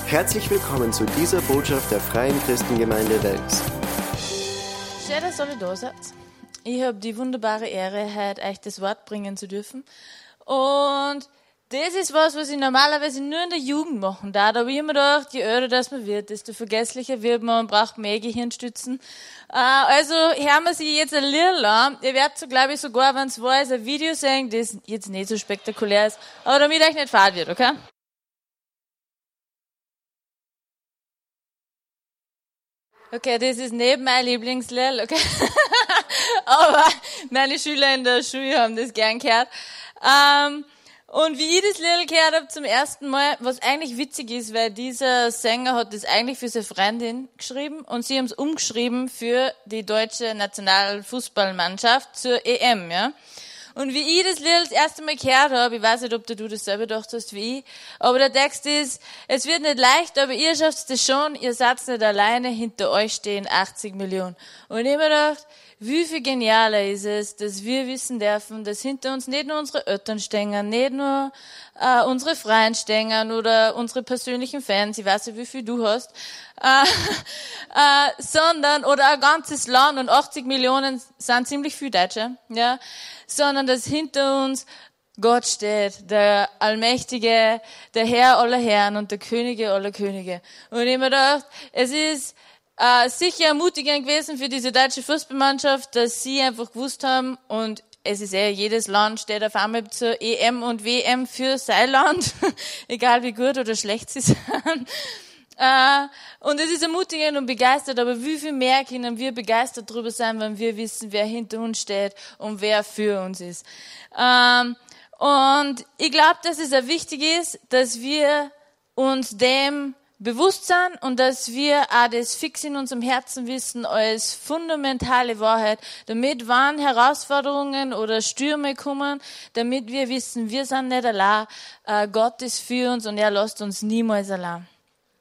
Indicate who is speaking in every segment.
Speaker 1: Herzlich willkommen zu dieser Botschaft der Freien Christengemeinde Wels.
Speaker 2: Schön, dass ihr alle da seid. Ich habe die wunderbare Ehre, heute euch das Wort bringen zu dürfen. Und das ist was ich normalerweise nur in der Jugend machen darf. Aber ich habe mir gedacht, je älter das man wird, desto vergesslicher wird man und braucht mehr Gehirnstützen. Also hören wir sie jetzt ein Lied an. Ihr werdet so, glaube ich, sogar, wenn es war, ein Video sehen, das jetzt nicht so spektakulär ist, aber damit euch nicht fad wird, okay? Okay, das ist nicht mein Lieblingslied, okay? Aber meine Schüler in der Schule haben das gern gehört. Und wie ich das Lied gehört habe zum ersten Mal, was eigentlich witzig ist, weil dieser Sänger hat das eigentlich für seine Freundin geschrieben und sie haben es umgeschrieben für die deutsche Nationalfußballmannschaft zur EM, ja. Und wie ich das Lied das erste Mal gehört habe, ich weiß nicht, ob du das selber gedacht hast wie ich, aber der Text ist, es wird nicht leicht, aber ihr schafft es schon, ihr seid nicht alleine, hinter euch stehen 80 Millionen. Und ich habe mir gedacht, wie viel genialer ist es, dass wir wissen dürfen, dass hinter uns nicht nur unsere Eltern stehen, nicht nur unsere Freien stehen oder unsere persönlichen Fans, ich weiß nicht, wie viel du hast, sondern, oder ein ganzes Land und 80 Millionen sind ziemlich viele Deutsche, ja, sondern dass hinter uns Gott steht, der Allmächtige, der Herr aller Herren und der Könige aller Könige. Und ich habe mir gedacht, es ist sicher ermutigend gewesen für diese deutsche Fußballmannschaft, dass sie einfach gewusst haben, und es ist jedes Land steht auf einmal zur EM und WM für sein Land, egal wie gut oder schlecht sie sind. Und es ist ermutigend und begeistert, aber wie viel mehr können wir begeistert darüber sein, wenn wir wissen, wer hinter uns steht und wer für uns ist. Und ich glaube, dass es auch wichtig ist, dass wir uns dem bewusst sind und dass wir auch das fix in unserem Herzen wissen als fundamentale Wahrheit, damit wann Herausforderungen oder Stürme kommen, damit wir wissen, wir sind nicht allein, Gott ist für uns und er lässt uns niemals allein.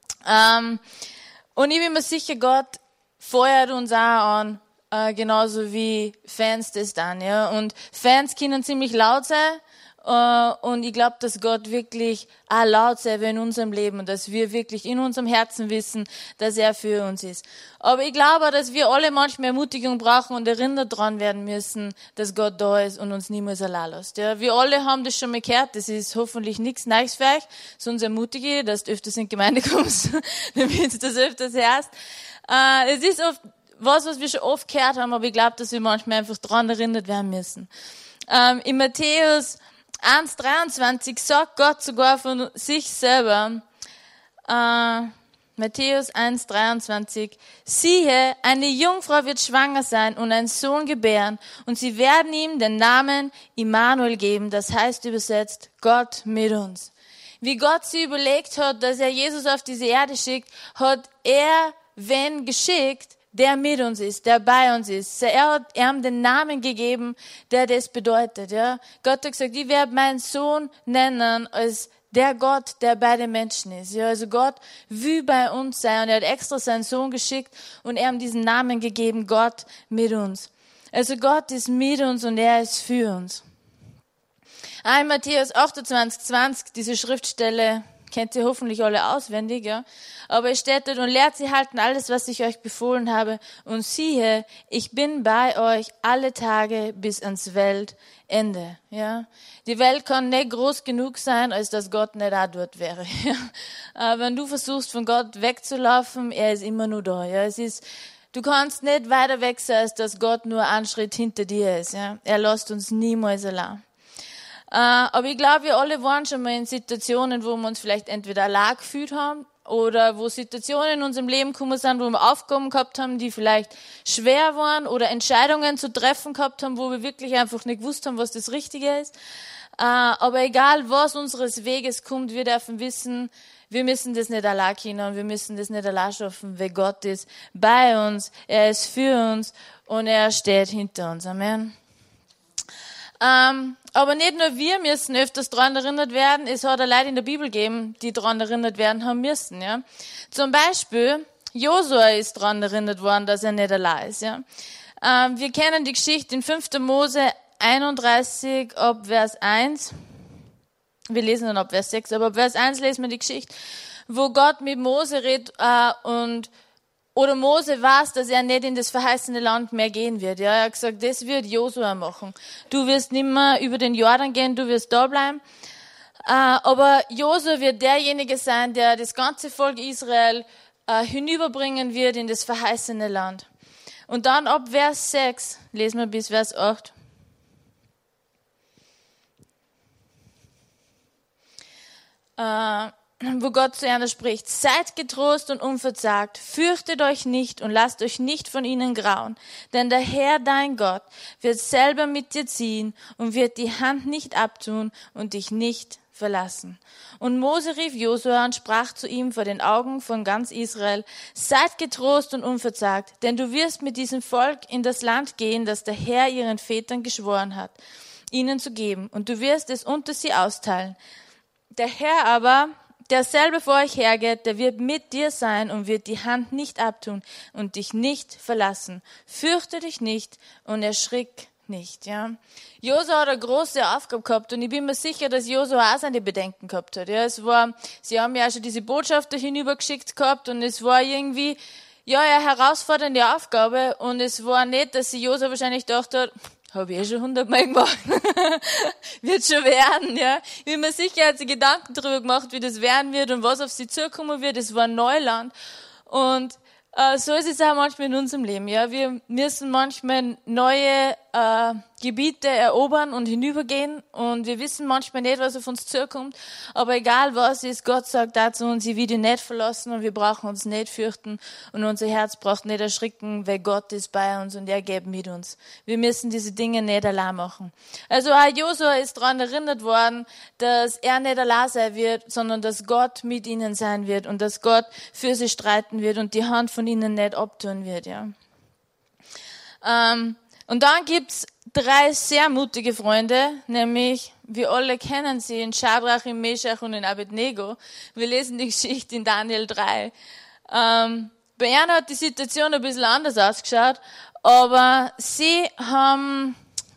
Speaker 2: Und ich bin mir sicher, Gott feuert uns auch an, genauso wie Fans das dann, ja. Und Fans können ziemlich laut sein, und ich glaube, dass Gott wirklich auch laut sein will in unserem Leben und dass wir wirklich in unserem Herzen wissen, dass er für uns ist. Aber ich glaube auch, dass wir alle manchmal Ermutigung brauchen und erinnert dran werden müssen, dass Gott da ist und uns niemals allein lässt. Ja, wir alle haben das schon mal gehört, das ist hoffentlich nichts Neues für euch, sonst ermutige ich, dass du öfters in die Gemeinde kommst, damit du das öfters hörst. Es ist oft was wir schon oft gehört haben, aber ich glaube, dass wir manchmal einfach dran erinnert werden müssen. In Matthäus 1,23 sagt Gott sogar von sich selber, Matthäus 1,23, siehe, eine Jungfrau wird schwanger sein und einen Sohn gebären und sie werden ihm den Namen Immanuel geben, das heißt übersetzt, Gott mit uns. Wie Gott sie überlegt hat, dass er Jesus auf diese Erde schickt, hat er wen geschickt, der mit uns ist, der bei uns ist. Er hat ihm den Namen gegeben, der das bedeutet. Ja. Gott hat gesagt, ich werde meinen Sohn nennen als der Gott, der bei den Menschen ist. Ja, also Gott will bei uns sein und er hat extra seinen Sohn geschickt und ihm diesen Namen gegeben, Gott mit uns. Also Gott ist mit uns und er ist für uns. In Matthäus 28,20, diese Schriftstelle kennt ihr hoffentlich alle auswendig, ja. Aber es steht dort, und lehrt sie halten alles, was ich euch befohlen habe. Und siehe, ich bin bei euch alle Tage bis ans Weltende, ja. Die Welt kann nicht groß genug sein, als dass Gott nicht auch dort wäre, ja. Aber wenn du versuchst, von Gott wegzulaufen, er ist immer nur da, ja. Du kannst nicht weiter weg sein, als dass Gott nur einen Schritt hinter dir ist, ja. Er lässt uns niemals allein. Aber ich glaube, wir alle waren schon mal in Situationen, wo wir uns vielleicht entweder allein gefühlt haben oder wo Situationen in unserem Leben gekommen sind, wo wir Aufgaben gehabt haben, die vielleicht schwer waren oder Entscheidungen zu treffen gehabt haben, wo wir wirklich einfach nicht gewusst haben, was das Richtige ist. Aber egal, was unseres Weges kommt, wir dürfen wissen, wir müssen das nicht allein können, wir müssen das nicht allein schaffen, weil Gott ist bei uns, er ist für uns und er steht hinter uns. Amen. Aber nicht nur wir müssen öfters daran erinnert werden, es hat auch Leute in der Bibel gegeben, die daran erinnert werden haben müssen. Ja. Zum Beispiel, Josua ist daran erinnert worden, dass er nicht allein ist. Ja. Wir kennen die Geschichte in 5. Mose 31 ab Vers 1. Wir lesen dann ab Vers 6, aber ab Vers 1 lesen wir die Geschichte. wo Gott mit Mose redet oder Mose weiß, dass er nicht in das verheißene Land mehr gehen wird. Ja, er hat gesagt, das wird Josua machen. Du wirst nicht mehr über den Jordan gehen, du wirst da bleiben. Aber Josua wird derjenige sein, der das ganze Volk Israel hinüberbringen wird in das verheißene Land. Und dann ab Vers 6, lesen wir bis Vers 8. Wo Gott zu einer spricht: Seid getrost und unverzagt, fürchtet euch nicht und lasst euch nicht von ihnen grauen, denn der Herr, dein Gott, wird selber mit dir ziehen und wird die Hand nicht abtun und dich nicht verlassen. Und Mose rief Josua und sprach zu ihm vor den Augen von ganz Israel: Seid getrost und unverzagt, denn du wirst mit diesem Volk in das Land gehen, das der Herr ihren Vätern geschworen hat, ihnen zu geben, und du wirst es unter sie austeilen. Der Herr aber, der selber vor euch hergeht, der wird mit dir sein und wird die Hand nicht abtun und dich nicht verlassen. Fürchte dich nicht und erschrick nicht. Ja. Josua hat eine große Aufgabe gehabt und ich bin mir sicher, dass Josua auch seine Bedenken gehabt hat. Ja, sie haben ja auch schon diese Botschafter hinübergeschickt gehabt und es war irgendwie eine herausfordernde Aufgabe und es war nicht, dass sie Josua wahrscheinlich gedacht hat, habe ich schon 100-mal gemacht. Wird schon werden, ja. Ich bin mir sicher, er hat sich Gedanken darüber gemacht, wie das werden wird und was auf sie zukommen wird. Es war ein Neuland. Und so ist es auch manchmal in unserem Leben, ja. Wir müssen manchmal neue Gebiete erobern und hinübergehen und wir wissen manchmal nicht, was auf uns zukommt. Aber egal was ist, Gott sagt dazu uns, ich will dich nicht verlassen und wir brauchen uns nicht fürchten und unser Herz braucht nicht erschrecken, weil Gott ist bei uns und er geht mit uns. Wir müssen diese Dinge nicht allein machen. Also auch Josua ist daran erinnert worden, dass er nicht allein sein wird, sondern dass Gott mit ihnen sein wird und dass Gott für sie streiten wird und die Hand von ihnen nicht abtun wird, ja. Und dann gibt's 3 sehr mutige Freunde, nämlich, wir alle kennen sie, in Schadrach, in Meschach und in Abednego. Wir lesen die Geschichte in Daniel 3. Bei ihnen hat die Situation ein bisschen anders ausgeschaut, aber sie waren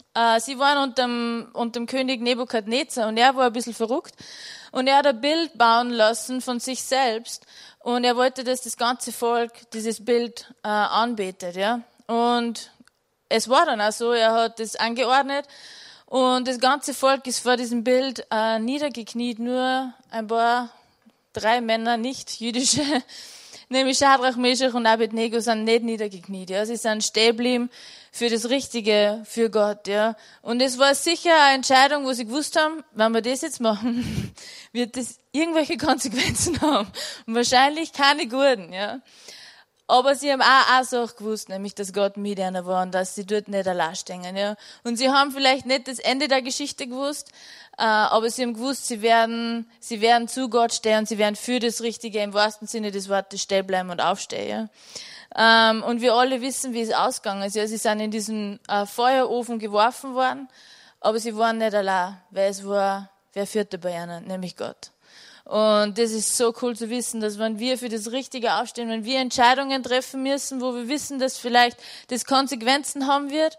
Speaker 2: unter dem König Nebukadnezar und er war ein bisschen verrückt und er hat ein Bild bauen lassen von sich selbst und er wollte, dass das ganze Volk dieses Bild anbetet, ja. Und es war dann auch so, er hat das angeordnet und das ganze Volk ist vor diesem Bild niedergekniet, nur 3 Männer, nicht jüdische, nämlich Schadrach, Meschach und Abednego sind nicht niedergekniet, ja. Sie sind stehen geblieben für das Richtige, für Gott, ja. Und es war sicher eine Entscheidung, wo sie gewusst haben, wenn wir das jetzt machen, wird das irgendwelche Konsequenzen haben. Und wahrscheinlich keine guten, ja. Aber sie haben auch eine Sache gewusst, nämlich, dass Gott mit ihnen war und dass sie dort nicht allein stehen, ja. Und sie haben vielleicht nicht das Ende der Geschichte gewusst, aber sie haben gewusst, sie werden zu Gott stehen und sie werden für das Richtige im wahrsten Sinne des Wortes stehen bleiben und aufstehen, ja. Und wir alle wissen, wie es ausgegangen ist, ja. Sie sind in diesen Feuerofen geworfen worden, aber sie waren nicht allein, weil wer führte bei ihnen, nämlich Gott. Und das ist so cool zu wissen, dass wenn wir für das Richtige aufstehen, wenn wir Entscheidungen treffen müssen, wo wir wissen, dass vielleicht das Konsequenzen haben wird,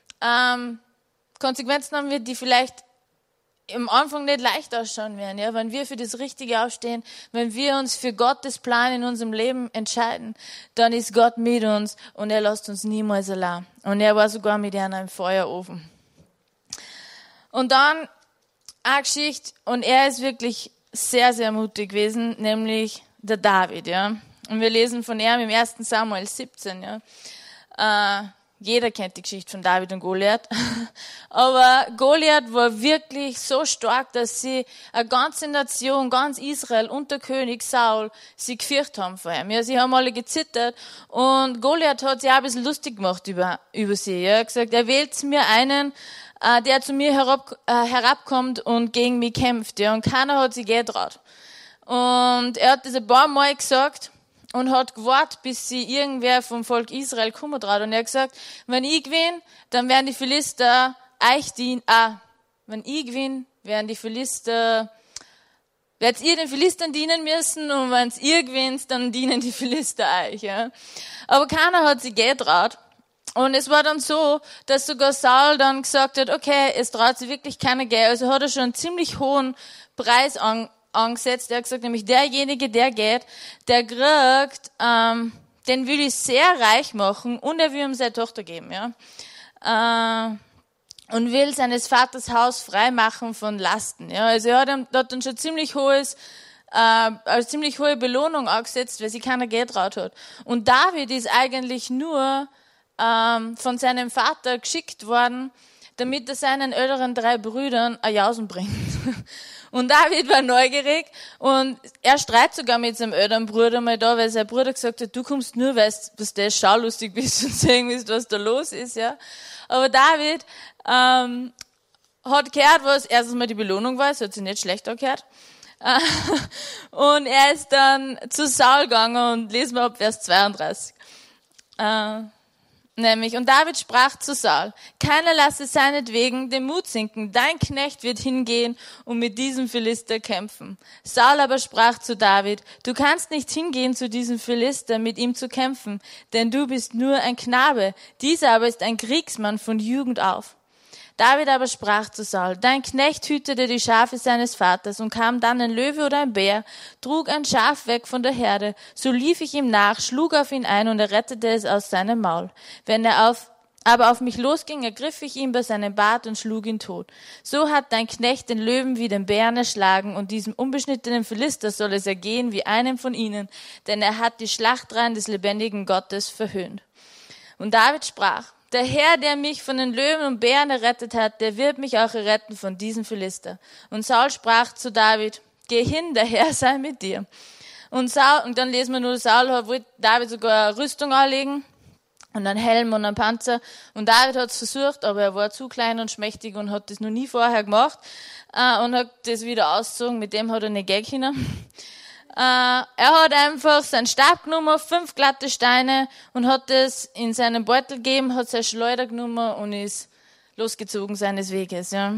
Speaker 2: die vielleicht am Anfang nicht leicht ausschauen werden, ja, wenn wir für das Richtige aufstehen, wenn wir uns für Gottes Plan in unserem Leben entscheiden, dann ist Gott mit uns und er lässt uns niemals allein. Und er war sogar mit einer im Feuerofen. Und dann eine Geschichte, und er ist wirklich sehr, sehr mutig gewesen, nämlich der David, ja. Und wir lesen von ihm im 1. Samuel 17, ja. Jeder kennt die Geschichte von David und Goliath. Aber Goliath war wirklich so stark, dass sie eine ganze Nation, ganz Israel unter König Saul sie gefürchtet haben vor ihm. Ja, sie haben alle gezittert und Goliath hat sich auch ein bisschen lustig gemacht über sie. Ja. Er hat gesagt, er wählt mir einen, der zu mir herabkommt und gegen mich kämpft. Ja. Und keiner hat sich getraut. Und er hat das ein paar Mal gesagt und hat gewartet, bis sie irgendwer vom Volk Israel kommen traut. Und er hat gesagt, wenn ich gewinne, dann werden die Philister euch dienen. Wenn ich gewinne, werden die Philister, werdet ihr den Philistern dienen müssen und wenn ihr gewinnt, dann dienen die Philister euch. Ja. Aber keiner hat sich getraut. Und es war dann so, dass sogar Saul dann gesagt hat, okay, es traut sich wirklich keiner gehen. Also hat er schon einen ziemlich hohen Preis angesetzt. Er hat gesagt, nämlich derjenige, der geht, der kriegt, den will ich sehr reich machen und er will ihm seine Tochter geben, ja. Und will seines Vaters Haus frei machen von Lasten, ja. Also er hat dann schon ziemlich hohe Belohnung angesetzt, weil sie keiner getraut hat. Und David ist eigentlich nur von seinem Vater geschickt worden, damit er seinen älteren 3 Brüdern ein Jausen bringt. Und David war neugierig und er streitet sogar mit seinem älteren Bruder mal da, weil sein Bruder gesagt hat, du kommst nur, weil du schaulustig bist und sehen willst, was da los ist, ja. Aber David hat gehört, was erstens mal die Belohnung war, es hat sich nicht schlecht angehört. Und er ist dann zu Saul gegangen und lesen wir ab Vers 32. Nämlich, und David sprach zu Saul, keiner lasse seinetwegen den Mut sinken, dein Knecht wird hingehen und mit diesem Philister kämpfen. Saul aber sprach zu David, du kannst nicht hingehen zu diesem Philister, mit ihm zu kämpfen, denn du bist nur ein Knabe, dieser aber ist ein Kriegsmann von Jugend auf. David aber sprach zu Saul, dein Knecht hütete die Schafe seines Vaters und kam dann ein Löwe oder ein Bär, trug ein Schaf weg von der Herde, so lief ich ihm nach, schlug auf ihn ein und er rettete es aus seinem Maul. Wenn er aber auf mich losging, ergriff ich ihn bei seinem Bart und schlug ihn tot. So hat dein Knecht den Löwen wie den Bären erschlagen und diesem unbeschnittenen Philister soll es ergehen wie einem von ihnen, denn er hat die Schlachtreihen des lebendigen Gottes verhöhnt. Und David sprach, der Herr, der mich von den Löwen und Bären errettet hat, der wird mich auch erretten von diesem Philister. Und Saul sprach zu David, geh hin, der Herr sei mit dir. Und dann lesen wir nur, Saul wollte David sogar eine Rüstung anlegen und einen Helm und einen Panzer. Und David hat es versucht, aber er war zu klein und schmächtig und hat das noch nie vorher gemacht und hat das wieder ausgezogen. Mit dem hat er nicht gehen können. Er hat einfach seinen Stab genommen, 5 glatte Steine und hat das in seinen Beutel gegeben, hat seine Schleuder genommen und ist losgezogen seines Weges, ja.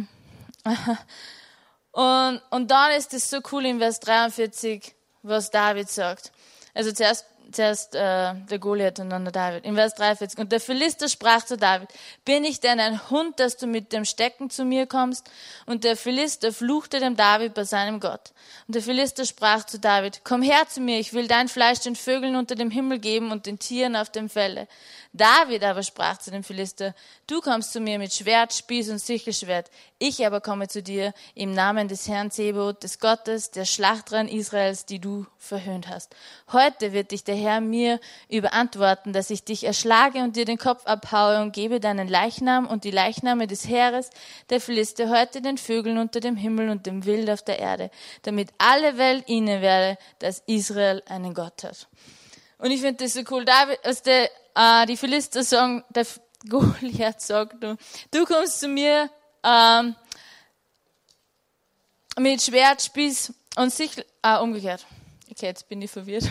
Speaker 2: Und dann ist es so cool in Vers 43, was David sagt. Also zuerst der Goliath und dann der David. In Vers 43. Und der Philister sprach zu David, bin ich denn ein Hund, dass du mit dem Stecken zu mir kommst? Und der Philister fluchte dem David bei seinem Gott. Und der Philister sprach zu David, komm her zu mir, ich will dein Fleisch den Vögeln unter dem Himmel geben und den Tieren auf dem Felde. David aber sprach zu dem Philister, du kommst zu mir mit Schwert, Spieß und Sichelschwert. Ich aber komme zu dir im Namen des Herrn Zebaoth, des Gottes, der Schlachtreihen Israels, die du verhöhnt hast. Heute wird dich der Herr mir überantworten, dass ich dich erschlage und dir den Kopf abhaue und gebe deinen Leichnam und die Leichname des Heeres der Philister heute den Vögeln unter dem Himmel und dem Wild auf der Erde, damit alle Welt ihnen werde, dass Israel einen Gott hat. Und ich finde das so cool. Die Philister sagen, der Goliath sagt, du kommst zu mir mit Schwert, Spieß und Sichel, umgekehrt. Okay, jetzt bin ich verwirrt.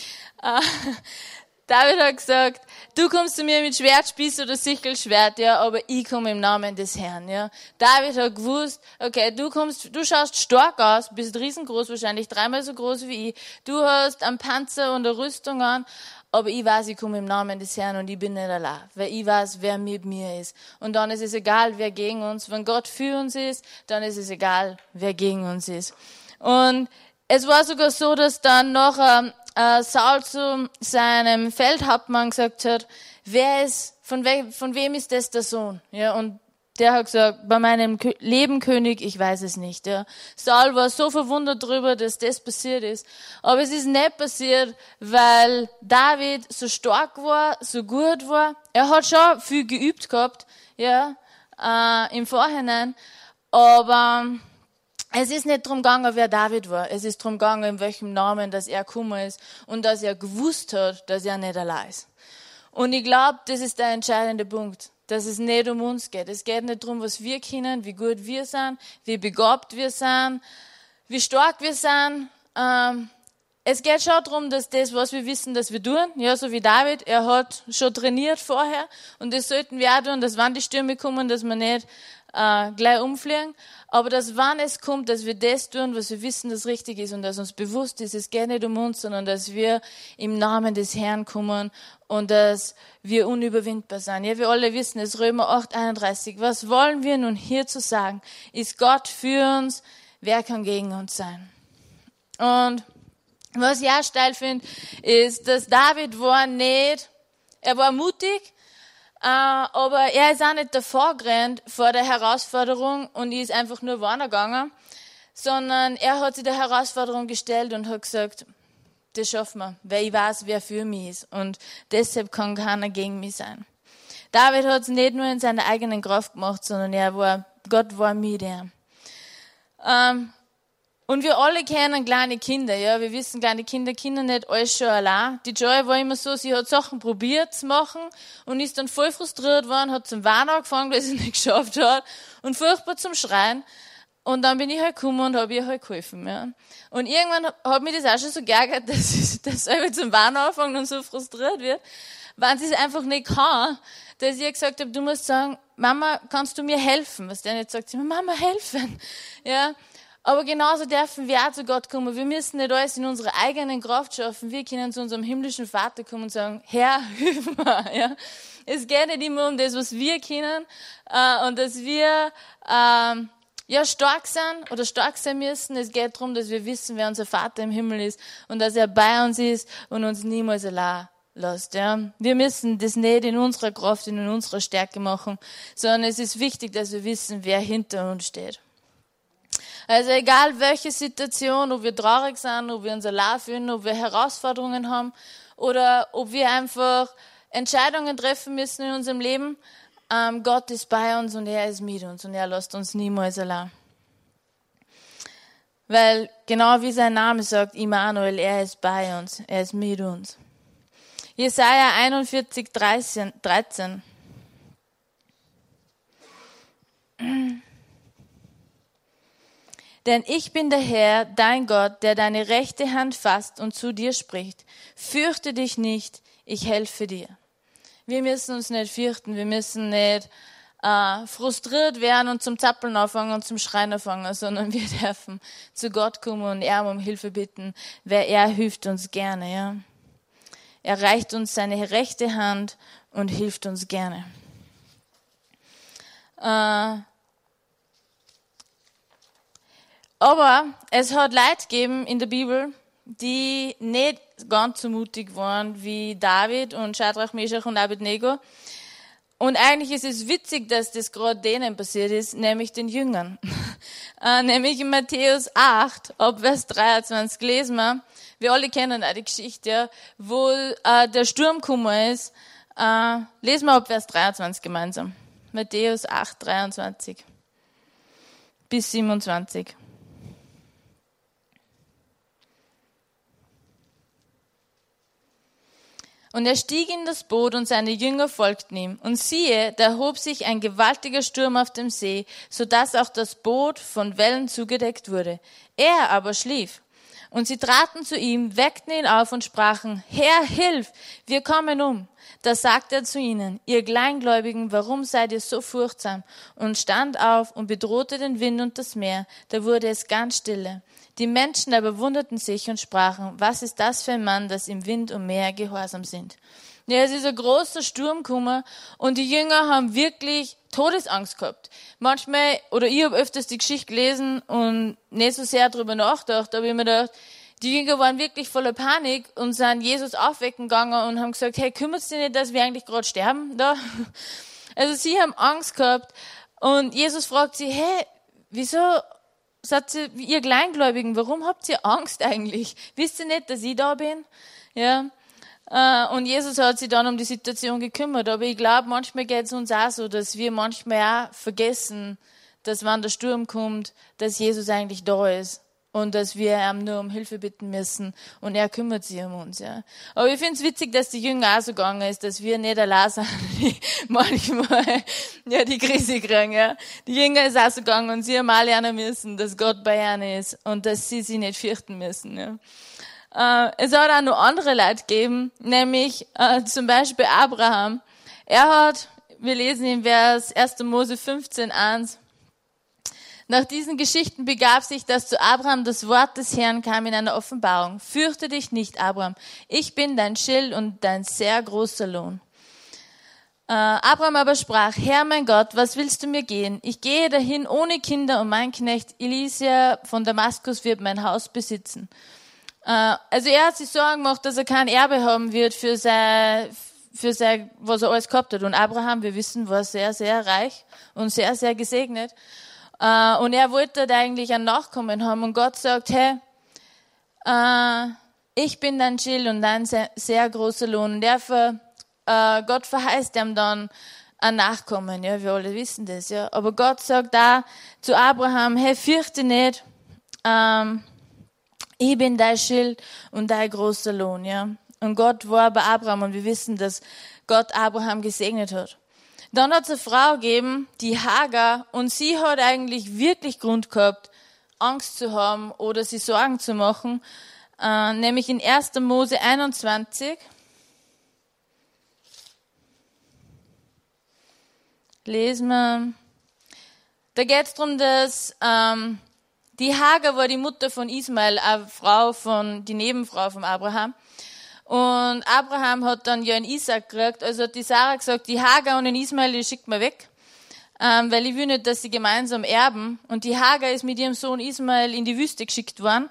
Speaker 2: David hat gesagt, du kommst zu mir mit Schwert, Spieß oder Sichelschwert, ja, aber ich komme im Namen des Herrn, ja. David hat gewusst, okay, du schaust stark aus, bist riesengroß, wahrscheinlich 3-mal so groß wie ich. Du hast einen Panzer und eine Rüstung an, aber ich weiß, ich komme im Namen des Herrn und ich bin nicht allein, weil ich weiß, wer mit mir ist. Und dann ist es egal, wer gegen uns, wenn Gott für uns ist, dann ist es egal, wer gegen uns ist. Und es war sogar so, dass dann noch Saul zu seinem Feldhauptmann gesagt hat, von wem ist das der Sohn? Ja, und der hat gesagt, bei meinem Leben König, ich weiß es nicht. Ja. Saul war so verwundert darüber, dass das passiert ist. Aber es ist nicht passiert, weil David so stark war, so gut war. Er hat schon viel geübt gehabt, ja, im Vorhinein. Aber es ist nicht darum gegangen, wer David war. Es ist darum gegangen, in welchem Namen, dass er gekommen ist und dass er gewusst hat, dass er nicht allein ist. Und ich glaube, das ist der entscheidende Punkt, dass es nicht um uns geht. Es geht nicht darum, was wir können, wie gut wir sind, wie begabt wir sind, wie stark wir sind. Es geht schon darum, dass das, was wir wissen, dass wir tun, ja, so wie David, er hat schon trainiert vorher und das sollten wir auch tun, dass wenn die Stürme kommen, dass wir nicht gleich umfliegen, aber dass wann es kommt, dass wir das tun, was wir wissen, das richtig ist und dass uns bewusst ist, es geht nicht um uns, sondern dass wir im Namen des Herrn kommen und dass wir unüberwindbar sind. Ja, wir alle wissen es, Römer 8,31. Was wollen wir nun hierzu sagen? Ist Gott für uns? Wer kann gegen uns sein? Und was ich auch steil finde, ist, dass David er war mutig, aber er ist auch nicht davor gerannt vor der Herausforderung und ist einfach nur weitergegangen, sondern er hat sich der Herausforderung gestellt und hat gesagt, das schaffen wir, weil ich weiß, wer für mich ist und deshalb kann keiner gegen mich sein. David hat es nicht nur in seiner eigenen Kraft gemacht, sondern Gott war mit ihm. Und wir alle kennen kleine Kinder, ja. Wir wissen, kleine Kinder können nicht alles schon allein. Die Joy war immer so, sie hat Sachen probiert zu machen und ist dann voll frustriert worden, hat zum Weinen angefangen, weil sie es nicht geschafft hat und furchtbar zum Schreien. Und dann bin ich halt gekommen und habe ihr halt geholfen, ja. Und irgendwann hat mich das auch schon so geärgert, dass sie selber zum Weinen anfangen und so frustriert wird, wenn sie es einfach nicht kann, dass ich ihr gesagt habe, du musst sagen, Mama, kannst du mir helfen? Was der nicht sagt, sie mir, Mama, helfen, ja. Aber genauso dürfen wir auch zu Gott kommen. Wir müssen nicht alles in unserer eigenen Kraft schaffen. Wir können zu unserem himmlischen Vater kommen und sagen, Herr, hilf mir. Ja? Es geht nicht immer um das, was wir können und dass wir stark sind oder stark sein müssen. Es geht darum, dass wir wissen, wer unser Vater im Himmel ist und dass er bei uns ist und uns niemals allein lässt. Ja? Wir müssen das nicht in unserer Kraft, in unserer Stärke machen, sondern es ist wichtig, dass wir wissen, wer hinter uns steht. Also egal welche Situation, ob wir traurig sind, ob wir uns allein fühlen, ob wir Herausforderungen haben oder ob wir einfach Entscheidungen treffen müssen in unserem Leben, Gott ist bei uns und er ist mit uns und er lässt uns niemals allein. Weil genau wie sein Name sagt, Immanuel, er ist bei uns, er ist mit uns. Jesaja 41, 13. Denn ich bin der Herr, dein Gott, der deine rechte Hand fasst und zu dir spricht. Fürchte dich nicht, ich helfe dir. Wir müssen uns nicht fürchten, wir müssen nicht frustriert werden und zum Zappeln anfangen und zum Schreien anfangen, sondern wir dürfen zu Gott kommen und ihm um Hilfe bitten, weil er hilft uns gerne. Ja? Er reicht uns seine rechte Hand und hilft uns gerne. Aber es hat Leute gegeben in der Bibel, die nicht ganz so mutig waren wie David und Schadrach, Meschach und Abednego. Und eigentlich ist es witzig, dass das gerade denen passiert ist, nämlich den Jüngern. Nämlich in Matthäus 8, ab Vers 23 lesen wir, wir alle kennen auch die Geschichte, ja, wo der Sturm gekommen ist. Lesen wir ab Vers 23 gemeinsam. Matthäus 8, 23 bis 27. Und er stieg in das Boot und seine Jünger folgten ihm. Und siehe, da erhob sich ein gewaltiger Sturm auf dem See, so dass auch das Boot von Wellen zugedeckt wurde. Er aber schlief. Und sie traten zu ihm, weckten ihn auf und sprachen, Herr, hilf, wir kommen um. Da sagte er zu ihnen, ihr Kleingläubigen, warum seid ihr so furchtsam? Und stand auf und bedrohte den Wind und das Meer. Da wurde es ganz stille. Die Menschen aber wunderten sich und sprachen, was ist das für ein Mann, dass im Wind und Meer gehorsam sind? Ja, es ist ein großer Sturm gekommen und die Jünger haben wirklich Todesangst gehabt. Manchmal, oder ich habe öfters die Geschichte gelesen und nicht so sehr darüber nachgedacht, aber ich mir gedacht, die Jünger waren wirklich voller Panik und sind Jesus aufwecken gegangen und haben gesagt, hey, kümmert dich nicht, dass wir eigentlich gerade sterben da? Also sie haben Angst gehabt und Jesus fragt sie, hey, wieso sagt sie, ihr Kleingläubigen, warum habt ihr Angst eigentlich? Wisst ihr nicht, dass ich da bin? Ja. Und Jesus hat sich dann um die Situation gekümmert. Aber ich glaube, manchmal geht es uns auch so, dass wir manchmal auch vergessen, dass wenn der Sturm kommt, dass Jesus eigentlich da ist. Und dass wir ihm nur um Hilfe bitten müssen. Und er kümmert sich um uns, ja. Aber ich finde es witzig, dass die Jünger auch so gegangen ist, dass wir nicht allein sind, die manchmal, ja, die Krise kriegen, ja. Die Jünger ist auch so gegangen und sie haben alle lernen müssen, dass Gott bei ihnen ist und dass sie sich nicht fürchten müssen, ja. Es hat auch noch andere Leute gegeben, nämlich, zum Beispiel Abraham. Wir lesen in Vers 1. Mose 15,1, nach diesen Geschichten begab sich, dass zu Abraham das Wort des Herrn kam in einer Offenbarung. Fürchte dich nicht, Abraham. Ich bin dein Schild und dein sehr großer Lohn. Abraham aber sprach, Herr mein Gott, was willst du mir geben? Ich gehe dahin ohne Kinder und mein Knecht Eliezer von Damaskus wird mein Haus besitzen. Also er hat sich Sorgen gemacht, dass er kein Erbe haben wird für sein, was er alles gehabt hat. Und Abraham, wir wissen, war sehr, sehr reich und sehr, sehr gesegnet. Und er wollte halt eigentlich einen Nachkommen haben. Und Gott sagt, hey, ich bin dein Schild und dein sehr, sehr großer Lohn. Und Gott verheißt ihm dann ein Nachkommen. Ja, wir alle wissen das, ja. Aber Gott sagt da zu Abraham, hey, fürchte nicht, ich bin dein Schild und dein großer Lohn, ja. Und Gott war bei Abraham und wir wissen, dass Gott Abraham gesegnet hat. Dann hat es eine Frau gegeben, die Hagar, und sie hat eigentlich wirklich Grund gehabt, Angst zu haben oder sich Sorgen zu machen, nämlich in 1. Mose 21. Lesen wir. Da geht es darum, dass die Hagar war die Mutter von Ismael, die Nebenfrau von Abraham. Und Abraham hat dann ja einen Isaac gekriegt, also hat die Sarah gesagt, die Hagar und den Ismael, die schickt mir weg, weil ich will nicht, dass sie gemeinsam erben. Und die Hagar ist mit ihrem Sohn Ismael in die Wüste geschickt worden.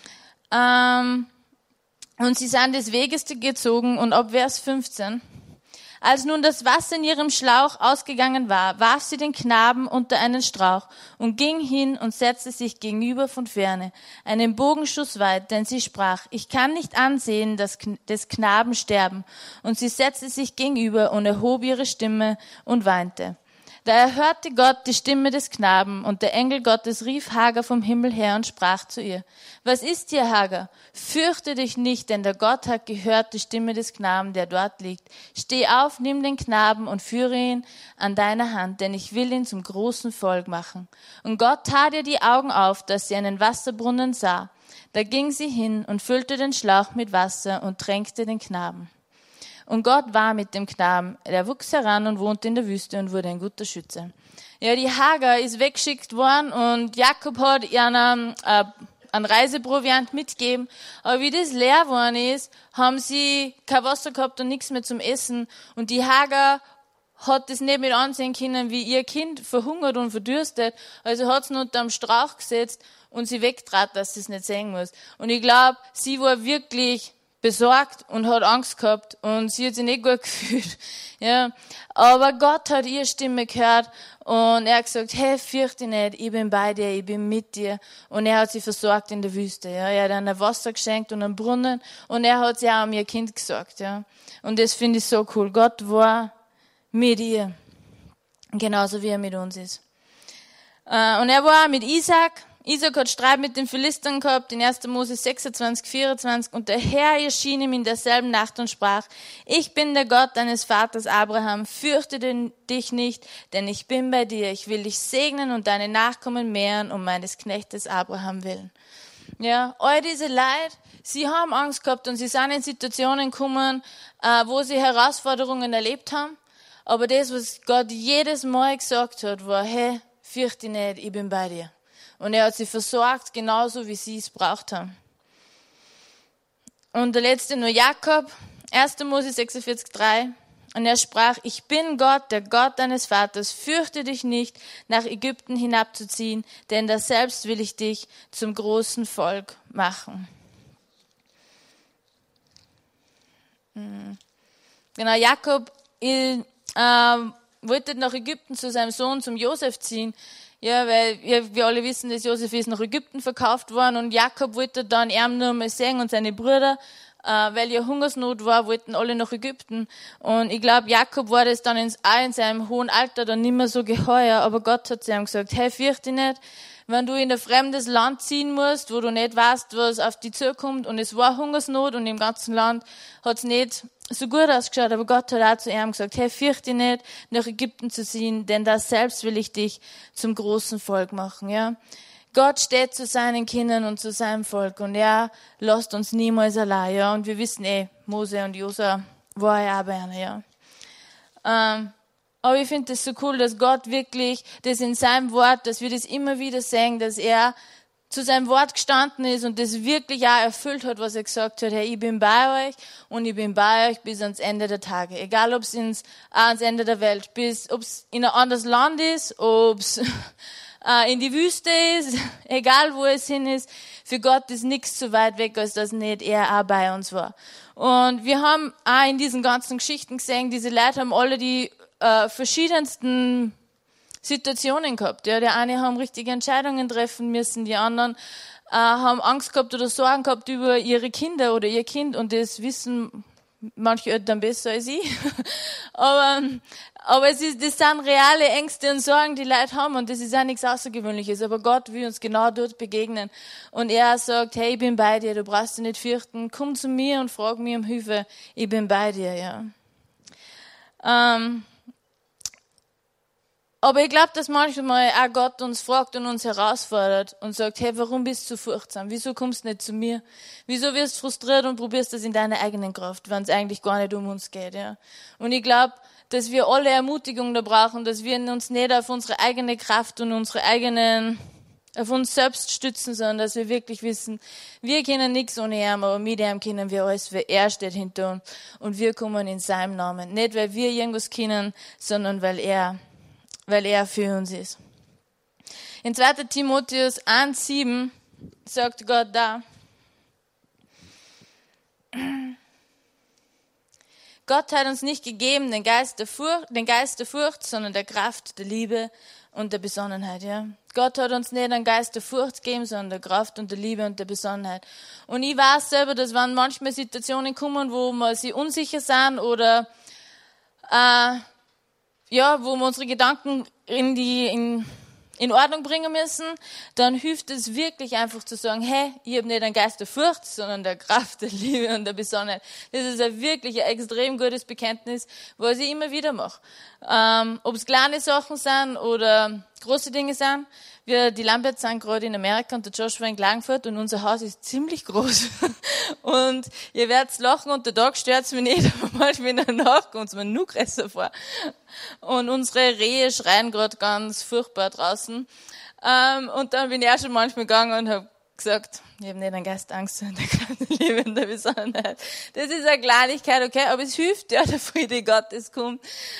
Speaker 2: Und sie sind des Weges gezogen und ab Vers 15. Als nun das Wasser in ihrem Schlauch ausgegangen war, warf sie den Knaben unter einen Strauch und ging hin und setzte sich gegenüber von ferne, einen Bogenschuss weit, denn sie sprach, ich kann nicht ansehen, des Knaben sterben. Und sie setzte sich gegenüber und erhob ihre Stimme und weinte. Da erhörte Gott die Stimme des Knaben, und der Engel Gottes rief Hagar vom Himmel her und sprach zu ihr, was ist dir, Hagar? Fürchte dich nicht, denn der Gott hat gehört die Stimme des Knaben, der dort liegt. Steh auf, nimm den Knaben und führe ihn an deiner Hand, denn ich will ihn zum großen Volk machen. Und Gott tat ihr die Augen auf, dass sie einen Wasserbrunnen sah. Da ging sie hin und füllte den Schlauch mit Wasser und tränkte den Knaben. Und Gott war mit dem Knaben. Er wuchs heran und wohnte in der Wüste und wurde ein guter Schütze. Ja, die Hagar ist weggeschickt worden und Jakob hat ihr einen Reiseproviant mitgegeben. Aber wie das leer geworden ist, haben sie kein Wasser gehabt und nichts mehr zum Essen. Und die Hagar hat das nicht mit ansehen können, wie ihr Kind verhungert und verdürstet. Also hat sie ihn unter am Strauch gesetzt und sie wegtrat, dass sie es nicht sehen muss. Und ich glaube, sie war wirklich besorgt und hat Angst gehabt und sie hat sich nicht gut gefühlt. Ja. Aber Gott hat ihre Stimme gehört und er hat gesagt, hey, fürchte nicht, ich bin bei dir, ich bin mit dir. Und er hat sie versorgt in der Wüste. Ja. Er hat ihnen Wasser geschenkt und einen Brunnen und er hat sie auch um ihr Kind gesorgt. Ja. Und das finde ich so cool. Gott war mit ihr, genauso wie er mit uns ist. Und er war auch mit Isaac. Isaac hat Streit mit den Philistern gehabt, in 1. Mose 26, 24. Und der Herr erschien ihm in derselben Nacht und sprach, ich bin der Gott deines Vaters Abraham, fürchte dich nicht, denn ich bin bei dir. Ich will dich segnen und deine Nachkommen mehren um meines Knechtes Abraham willen. Ja, all diese Leute, sie haben Angst gehabt und sie sind in Situationen gekommen, wo sie Herausforderungen erlebt haben. Aber das, was Gott jedes Mal gesagt hat, war, hey, fürchte dich nicht, ich bin bei dir. Und er hat sie versorgt, genauso wie sie es braucht haben. Und der letzte nur Jakob, 1. Mose 46, 3. Und er sprach, ich bin Gott, der Gott deines Vaters, fürchte dich nicht, nach Ägypten hinabzuziehen, denn da selbst will ich dich zum großen Volk machen. Genau, Jakob wollte nach Ägypten zu seinem Sohn, zum Josef ziehen. Ja, weil wir alle wissen, dass Josef ist nach Ägypten verkauft worden und Jakob wollte dann ihn nur mal sehen und seine Brüder, weil ja Hungersnot war, wollten alle nach Ägypten. Und ich glaube, Jakob war das dann in seinem hohen Alter dann nicht mehr so geheuer, aber Gott hat zu ihm gesagt, hey, fürchte dich nicht, wenn du in ein fremdes Land ziehen musst, wo du nicht weißt, was auf dich zukommt, und es war Hungersnot und im ganzen Land hat es nicht so gut ausgeschaut, aber Gott hat auch zu ihm gesagt, hey, fürchte dich nicht, nach Ägypten zu ziehen, denn da selbst will ich dich zum großen Volk machen, ja. Gott steht zu seinen Kindern und zu seinem Volk und er lässt uns niemals allein, ja. Und wir wissen Mose und Josua war ja auch bei einer, ja. Aber ich finde das so cool, dass Gott wirklich das in seinem Wort, dass wir das immer wieder sehen, dass er zu seinem Wort gestanden ist und das wirklich auch erfüllt hat, was er gesagt hat. Hey, ich bin bei euch und ich bin bei euch bis ans Ende der Tage. Egal, ob es ans Ende der Welt, ob es in ein anderes Land ist, ob es in die Wüste ist, egal wo es hin ist. Für Gott ist nichts so weit weg, als dass nicht er auch bei uns war. Und wir haben auch in diesen ganzen Geschichten gesehen, diese Leute haben alle die verschiedensten Situationen gehabt. Ja, die eine haben richtige Entscheidungen treffen müssen, die anderen haben Angst gehabt oder Sorgen gehabt über ihre Kinder oder ihr Kind und das wissen manche Eltern besser als ich. aber das sind reale Ängste und Sorgen, die Leute haben und das ist auch nichts Außergewöhnliches. Aber Gott will uns genau dort begegnen. Und er sagt, hey, ich bin bei dir, du brauchst dich nicht fürchten, komm zu mir und frag mich um Hilfe, ich bin bei dir, ja. Aber ich glaube, dass manchmal auch Gott uns fragt und uns herausfordert und sagt, hey, warum bist du so furchtsam? Wieso kommst du nicht zu mir? Wieso wirst du frustriert und probierst das in deiner eigenen Kraft, wenn es eigentlich gar nicht um uns geht, ja? Und ich glaube, dass wir alle Ermutigung da brauchen, dass wir uns nicht auf unsere eigene Kraft und auf uns selbst stützen, sondern dass wir wirklich wissen, wir können nichts ohne ihn, aber mit ihm können wir alles, weil er steht hinter uns und wir kommen in seinem Namen. Nicht, weil wir irgendwas können, sondern weil er für uns ist. In 2. Timotheus 1,7 sagt Gott da, Gott hat uns nicht gegeben den Geist der Furcht, sondern der Kraft, der Liebe und der Besonnenheit. Ja? Gott hat uns nicht einen Geist der Furcht gegeben, sondern der Kraft und der Liebe und der Besonnenheit. Und ich weiß selber, dass wenn manchmal Situationen kommen, wo wir sich unsicher sind oder wo wir unsere Gedanken in Ordnung bringen müssen, dann hilft es wirklich einfach zu sagen, hey, ich habe nicht einen Geist der Furcht, sondern der Kraft, der Liebe und der Besonnenheit. Das ist wirklich ein extrem gutes Bekenntnis, was ich immer wieder mache. Ob es kleine Sachen sind oder große Dinge sind. Die Lamberts sind gerade in Amerika und der Joshua in Klagenfurt und unser Haus ist ziemlich groß. Und ihr werdet lachen und der Tag stört es mich nicht, aber manchmal in der Nacht kommt es mir nur größer vor. Und unsere Rehe schreien gerade ganz furchtbar draußen. Und dann bin ich auch schon manchmal gegangen und habe gesagt, ich habe nicht an Geistangst, sondern der Liebe und der Besonnenheit. Das ist eine Kleinigkeit, okay, aber es hilft, ja, der Friede Gottes kommt.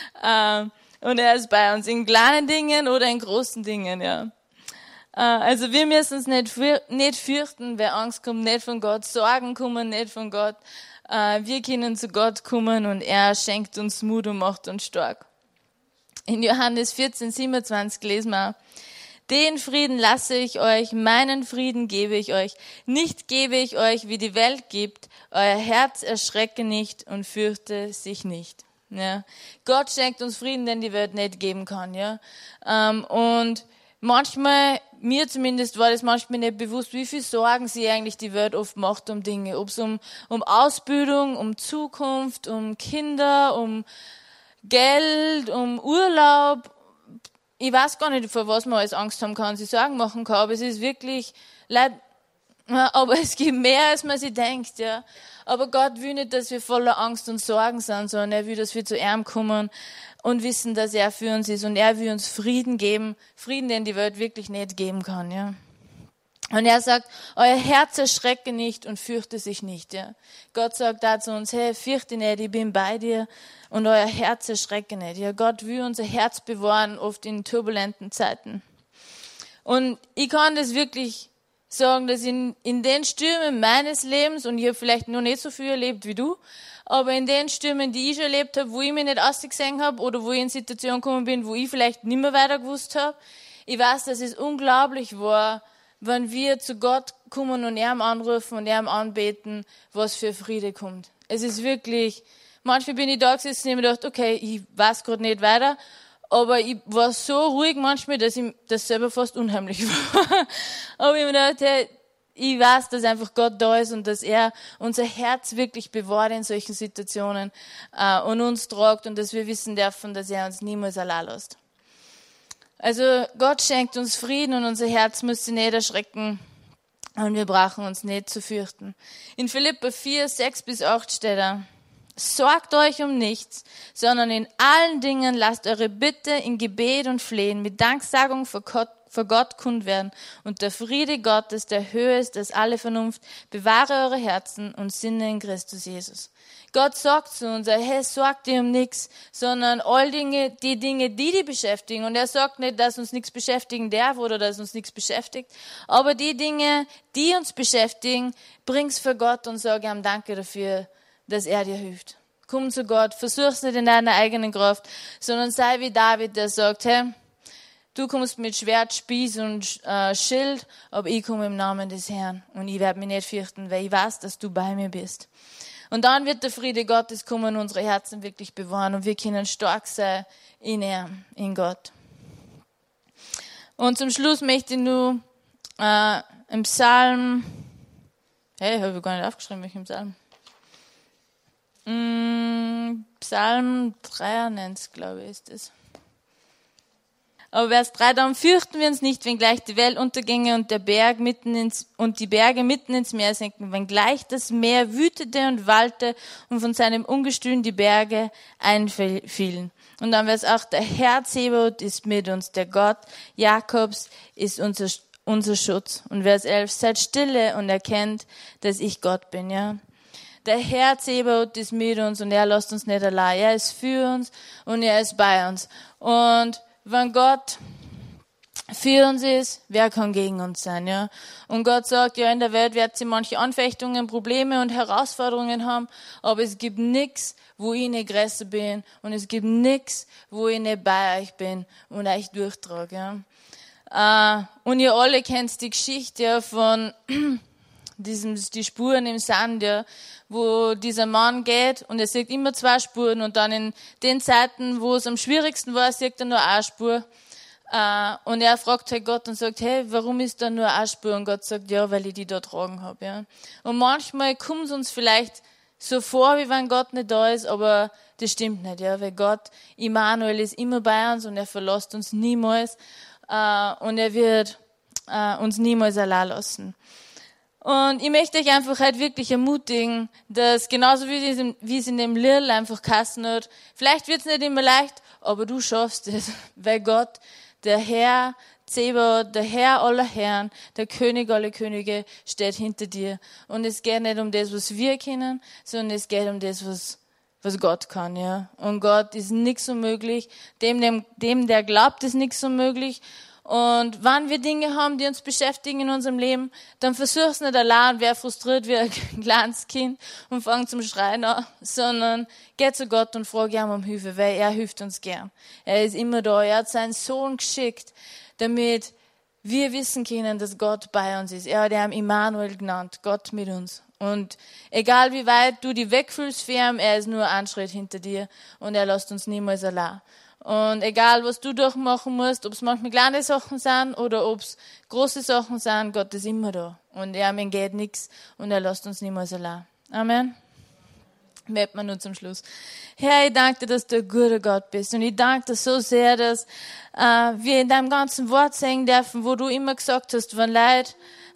Speaker 2: Und er ist bei uns in kleinen Dingen oder in großen Dingen, ja. Also wir müssen uns nicht fürchten, wer Angst kommt, nicht von Gott. Sorgen kommen nicht von Gott. Wir können zu Gott kommen und er schenkt uns Mut und macht uns stark. In Johannes 14,27 lesen wir, den Frieden lasse ich euch, meinen Frieden gebe ich euch. Nicht gebe ich euch, wie die Welt gibt. Euer Herz erschrecke nicht und fürchte sich nicht. Ja. Gott schenkt uns Frieden, den die Welt nicht geben kann. Ja. Und manchmal, mir zumindest war das manchmal nicht bewusst, wie viel Sorgen sie eigentlich die Welt oft macht um Dinge. Ob es um Ausbildung, um Zukunft, um Kinder, um Geld, um Urlaub. Ich weiß gar nicht, vor was man alles Angst haben kann, sich Sorgen machen kann, aber es ist wirklich leid. Aber es gibt mehr, als man sich denkt, ja. Aber Gott will nicht, dass wir voller Angst und Sorgen sind, sondern er will, dass wir zu ihm kommen und wissen, dass er für uns ist und er will uns Frieden geben, Frieden, den die Welt wirklich nicht geben kann, ja. Und er sagt, euer Herz erschrecke nicht und fürchte sich nicht, ja. Gott sagt da zu uns, hey, fürchte nicht, ich bin bei dir und euer Herz erschrecke nicht, ja. Gott will unser Herz bewahren, oft in turbulenten Zeiten. Und ich kann das wirklich sagen, dass in den Stürmen meines Lebens, und ich habe vielleicht noch nicht so viel erlebt wie du, aber in den Stürmen, die ich schon erlebt habe, wo ich mich nicht ausgesehen habe oder wo ich in Situationen gekommen bin, wo ich vielleicht nicht mehr weiter gewusst habe, ich weiß, dass es unglaublich war, wenn wir zu Gott kommen und ihm anrufen und ihm anbeten, was für Friede kommt. Es ist wirklich, manchmal bin ich da gesessen und habe mir gedacht, okay, ich weiß gerade nicht weiter, aber ich war so ruhig manchmal, dass ich das selber fast unheimlich war. Aber ich habe mir gedacht, hey, ich weiß, dass einfach Gott da ist und dass er unser Herz wirklich bewahrt in solchen Situationen und uns tragt und dass wir wissen dürfen, dass er uns niemals allein lässt. Also Gott schenkt uns Frieden und unser Herz muss sich nicht erschrecken und wir brauchen uns nicht zu fürchten. In Philipper 4,6-8 steht da, sorgt euch um nichts, sondern in allen Dingen lasst eure Bitte in Gebet und Flehen mit Danksagung vor vor Gott kund werden. Und der Friede Gottes, der höher ist als alle Vernunft, bewahre eure Herzen und Sinne in Christus Jesus. Gott sagt zu uns, hey, sorgt dir um nichts, sondern all Dinge, die beschäftigen. Und er sagt nicht, dass uns nichts beschäftigen darf oder dass uns nichts beschäftigt. Aber die Dinge, die uns beschäftigen, bring's für Gott und sag ihm Danke dafür, dass er dir hilft. Komm zu Gott, versuch's nicht in deiner eigenen Kraft, sondern sei wie David, der sagt, hey, du kommst mit Schwert, Spieß und Schild, aber ich komme im Namen des Herrn. Und ich werde mich nicht fürchten, weil ich weiß, dass du bei mir bist. Und dann wird der Friede Gottes kommen und unsere Herzen wirklich bewahren und wir können stark sein in ihm, in Gott. Und zum Schluss möchte ich nur im Psalm, habe ich gar nicht aufgeschrieben, welchen Psalm? Psalm 93, glaube ich, ist es. Aber Vers 3, darum fürchten wir uns nicht, wenngleich die Welt unterginge und die Berge mitten ins Meer senken, wenngleich das Meer wütete und wallte und von seinem Ungestüm die Berge einfielen. Und dann Vers 8, der Herr Zebaoth ist mit uns, der Gott Jakobs ist unser Schutz. Und Vers 11, seid stille und erkennt, dass ich Gott bin, ja. Der Herr Zebaoth ist mit uns und er lässt uns nicht allein. Er ist für uns und er ist bei uns. Und wenn Gott für uns ist, wer kann gegen uns sein, ja? Und Gott sagt, ja, in der Welt wird sie manche Anfechtungen, Probleme und Herausforderungen haben, aber es gibt nichts, wo ich nicht größer bin und es gibt nichts, wo ich nicht bei euch bin und euch durchtrage, ja? Und ihr alle kennt die Geschichte, ja, von die Spuren im Sand, ja, wo dieser Mann geht und er sieht immer 2 Spuren und dann in den Zeiten, wo es am schwierigsten war, sieht er nur eine Spur. Und er fragt halt Gott und sagt, hey, warum ist da nur eine Spur? Und Gott sagt, ja, weil ich die da tragen habe, ja. Und manchmal kommt es uns vielleicht so vor, wie wenn Gott nicht da ist, aber das stimmt nicht, ja, weil Gott, Immanuel, ist immer bei uns und er verlässt uns niemals, und er wird uns niemals allein lassen. Und ich möchte euch einfach halt wirklich ermutigen, dass genauso wie es in dem Lied einfach geheißen hat, vielleicht wird es nicht immer leicht, aber du schaffst es, weil Gott, der Herr Zebaoth, der Herr aller Herren, der König aller Könige steht hinter dir. Und es geht nicht um das, was wir kennen, sondern es geht um das, was Gott kann, ja. Und Gott ist nichts unmöglich. Dem, der glaubt, ist nichts unmöglich. Und wenn wir Dinge haben, die uns beschäftigen in unserem Leben, dann versuch's nicht allein, wer frustriert wie ein kleines Kind und fang zum Schreien an, sondern geh zu Gott und frag ihn um Hilfe, weil er hilft uns gern. Er ist immer da. Er hat seinen Sohn geschickt, damit wir wissen können, dass Gott bei uns ist. Er hat ihn Immanuel genannt, Gott mit uns. Und egal wie weit du dich wegfühlst für ihn, er ist nur einen Schritt hinter dir und er lässt uns niemals allein. Und egal, was du durchmachen musst, ob es manchmal kleine Sachen sind oder ob es große Sachen sind, Gott ist immer da. Und er geht nichts und er lässt uns niemals allein. Amen. Merkt man nur zum Schluss. Herr, ich danke dir, dass du ein guter Gott bist. Und ich danke dir so sehr, dass wir in deinem ganzen Wort sehen dürfen, wo du immer gesagt hast, wenn Leute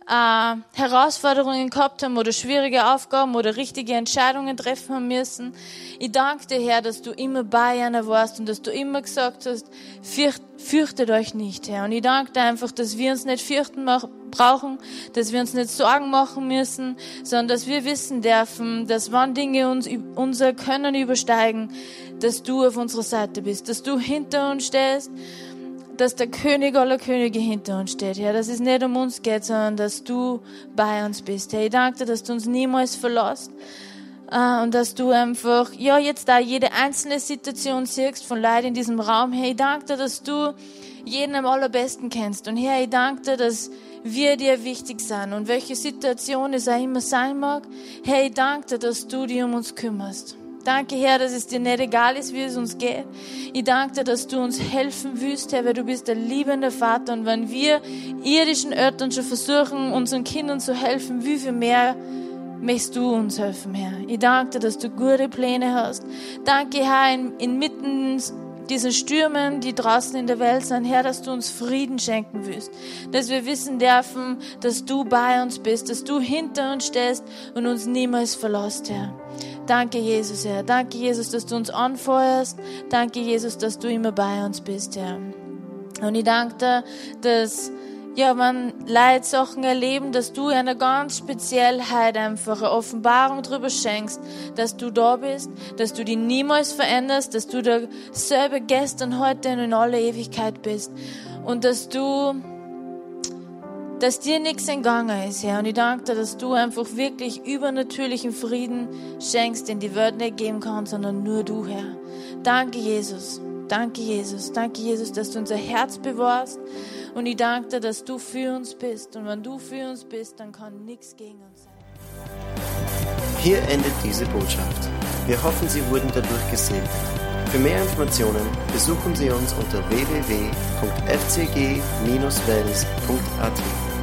Speaker 2: Herausforderungen gehabt haben oder schwierige Aufgaben oder richtige Entscheidungen treffen haben müssen. Ich danke dir, Herr, dass du immer bei ihnen warst und dass du immer gesagt hast, fürchtet euch nicht, Herr. Und ich danke dir einfach, dass wir uns nicht fürchten brauchen, dass wir uns nicht Sorgen machen müssen, sondern dass wir wissen dürfen, dass wenn Dinge unser Können übersteigen, dass du auf unserer Seite bist, dass du hinter uns stehst, dass der König aller Könige hinter uns steht, Herr, dass es nicht um uns geht, sondern dass du bei uns bist, Herr. Ich danke dir, dass du uns niemals verlässt und dass du einfach, ja, jetzt da jede einzelne Situation siehst von Leuten in diesem Raum, Herr. Ich danke dir, dass du jeden am allerbesten kennst und Herr, ich danke dir, dass wir dir wichtig sind und welche Situation es auch immer sein mag, Herr, ich danke dir, dass du dich um uns kümmerst. Danke, Herr, dass es dir nicht egal ist, wie es uns geht. Ich danke dir, dass du uns helfen willst, Herr, weil du bist der liebende Vater. Und wenn wir irdischen Eltern schon versuchen, unseren Kindern zu helfen, wie viel mehr möchtest du uns helfen, Herr. Ich danke dir, dass du gute Pläne hast. Danke, Herr, inmitten diesen Stürmen, die draußen in der Welt sind, Herr, dass du uns Frieden schenken willst. Dass wir wissen dürfen, dass du bei uns bist, dass du hinter uns stehst und uns niemals verlässt, Herr. Danke, Jesus, Herr. Danke, Jesus, dass du uns anfeuerst. Danke, Jesus, dass du immer bei uns bist, Herr. Und ich danke dir, dass, ja, wenn Leute Sachen erleben, dass du eine ganz Speziellheit einfach eine Offenbarung darüber schenkst, dass du da bist, dass du dich niemals veränderst, dass du derselbe gestern, heute und in aller Ewigkeit bist. Und dass dir nichts entgangen ist, Herr. Und ich danke dir, dass du einfach wirklich übernatürlichen Frieden schenkst, den die Welt nicht geben kann, sondern nur du, Herr. Danke, Jesus. Danke, Jesus. Danke, Jesus, dass du unser Herz bewahrst. Und ich danke dir, dass du für uns bist. Und wenn du für uns bist, dann kann nichts gegen uns sein.
Speaker 1: Hier endet diese Botschaft. Wir hoffen, Sie wurden dadurch gesegnet. Für mehr Informationen besuchen Sie uns unter www.fcg-wels.at.